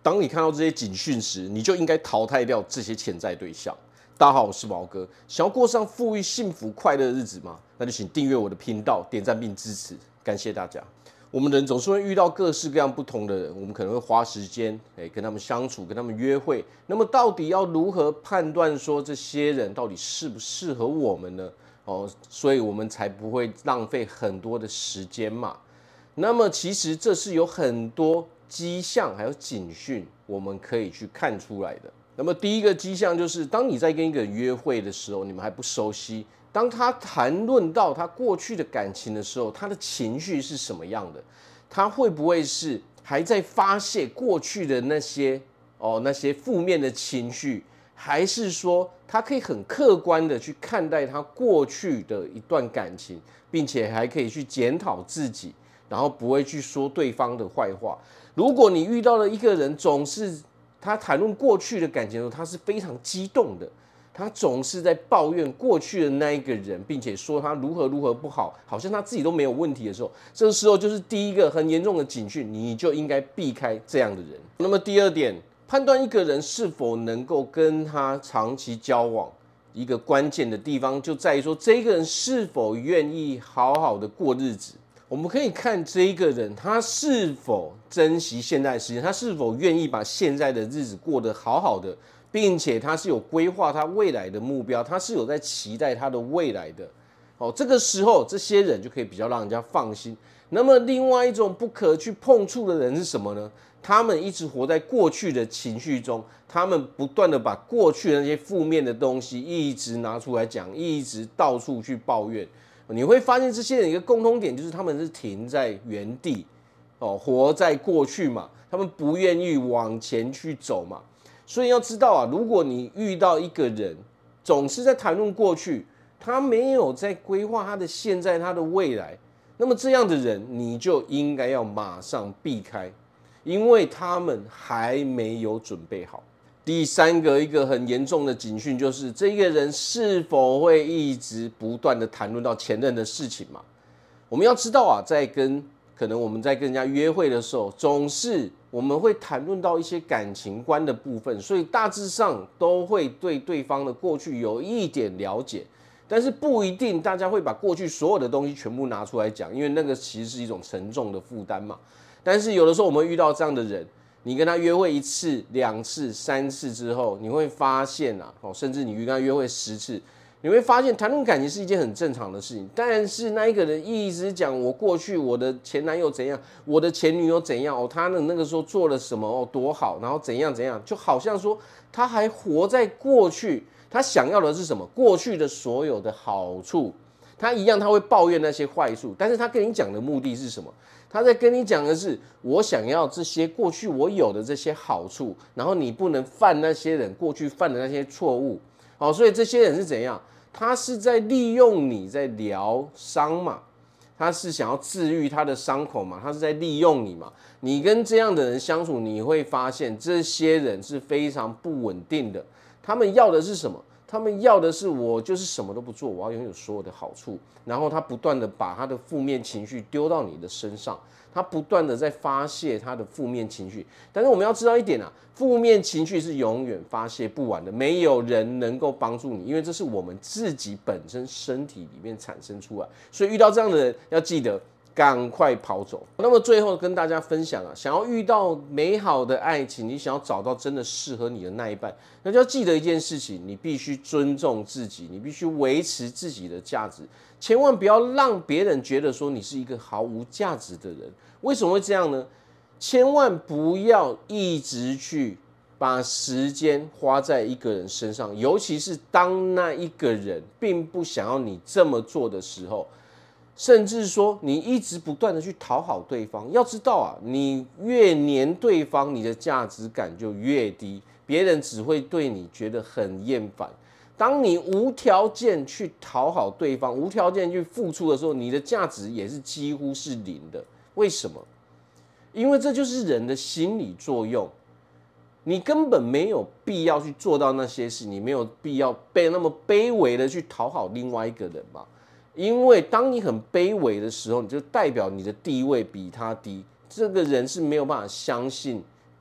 当你看到这些警讯时，你就应该淘汰掉这些潜在对象。大家好，我是毛哥。想要过上富裕、幸福、快乐的日子吗？那就请订阅我的频道，点赞并支持，感谢大家。我们人总是会遇到各式各样不同的人，我们可能会花时间，跟他们相处，跟他们约会。那么，到底要如何判断说这些人到底适不适合我们呢？所以我们才不会浪费很多的时间嘛。那么，其实这是有很多迹象还有警讯，我们可以去看出来的。那么第一个迹象就是，当你在跟一个人约会的时候，你们还不熟悉，当他谈论到他过去的感情的时候，他的情绪是什么样的？他会不会是还在发泄过去的那些负面的情绪，还是说他可以很客观的去看待他过去的一段感情，并且还可以去检讨自己，然后不会去说对方的坏话？如果你遇到了一个人总是他谈论过去的感情的时候，他是非常激动的，他总是在抱怨过去的那一个人，并且说他如何如何不好，好像他自己都没有问题的时候，这个时候就是第一个很严重的警讯，你就应该避开这样的人。那么第二点，判断一个人是否能够跟他长期交往，一个关键的地方就在于说，这个人是否愿意好好的过日子。我们可以看这一个人，他是否珍惜现在的时间，他是否愿意把现在的日子过得好好的，并且他是有规划他未来的目标，他是有在期待他的未来的。这个时候这些人就可以比较让人家放心。那么另外一种不可去碰触的人是什么呢？他们一直活在过去的情绪中，他们不断的把过去的那些负面的东西一直拿出来讲，一直到处去抱怨。你会发现这些人一个共通点就是他们是停在原地，活在过去嘛，他们不愿意往前去走嘛。所以要知道啊，如果你遇到一个人总是在谈论过去，他没有在规划他的现在、他的未来，那么这样的人你就应该要马上避开，因为他们还没有准备好。第三个一个很严重的警讯就是，这个人是否会一直不断的谈论到前任的事情嘛？我们要知道啊，可能我们在跟人家约会的时候，总是我们会谈论到一些感情观的部分，所以大致上都会对对方的过去有一点了解，但是不一定大家会把过去所有的东西全部拿出来讲，因为那个其实是一种沉重的负担嘛。但是有的时候我们遇到这样的人，你跟他约会1次、2次、3次之后，你会发现啊，甚至你跟他约会10次，你会发现谈论感情是一件很正常的事情。但是那一个人一直讲我过去我的前男友怎样，我的前女友怎样，他的那个时候做了什么多好，然后怎样怎样，就好像说他还活在过去，他想要的是什么？过去的所有的好处。他一样，他会抱怨那些坏处，但是他跟你讲的目的是什么？他在跟你讲的是，我想要这些过去我有的这些好处，然后你不能犯那些人过去犯的那些错误。所以这些人是怎样？他是在利用你在疗伤嘛，他是想要治愈他的伤口嘛，他是在利用你嘛。你跟这样的人相处，你会发现这些人是非常不稳定的。他们要的是什么？他们要的是我就是什么都不做，我要拥有所有的好处，然后他不断的把他的负面情绪丢到你的身上，他不断的在发泄他的负面情绪。但是我们要知道一点啊，负面情绪是永远发泄不完的，没有人能够帮助你，因为这是我们自己本身身体里面产生出来。所以遇到这样的人，要记得赶快跑走。那么最后跟大家分享啊，想要遇到美好的爱情，你想要找到真的适合你的那一半，那就要记得一件事情，你必须尊重自己，你必须维持自己的价值，千万不要让别人觉得说你是一个毫无价值的人。为什么会这样呢？千万不要一直去把时间花在一个人身上，尤其是当那一个人并不想要你这么做的时候，甚至说你一直不断的去讨好对方。要知道啊，你越黏对方，你的价值感就越低，别人只会对你觉得很厌烦。当你无条件去讨好对方，无条件去付出的时候，你的价值也是几乎是0的。为什么？因为这就是人的心理作用。你根本没有必要去做到那些事，你没有必要那么卑微的去讨好另外一个人嘛。因为当你很卑微的时候，你就代表你的地位比他低，这个人是没有办法相信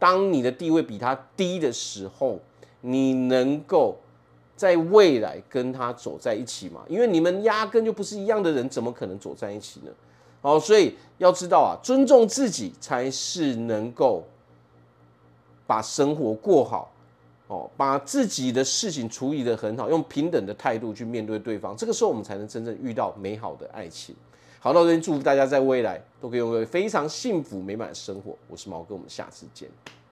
当你的地位比他低的时候，你能够在未来跟他走在一起吗？因为你们压根就不是一样的人，怎么可能走在一起呢？好，所以要知道啊，尊重自己才是能够把生活过好，把自己的事情处理得很好，用平等的态度去面对对方，这个时候我们才能真正遇到美好的爱情。好，那我这边祝福大家在未来都可以拥有非常幸福美满的生活。我是毛哥，我们下次见。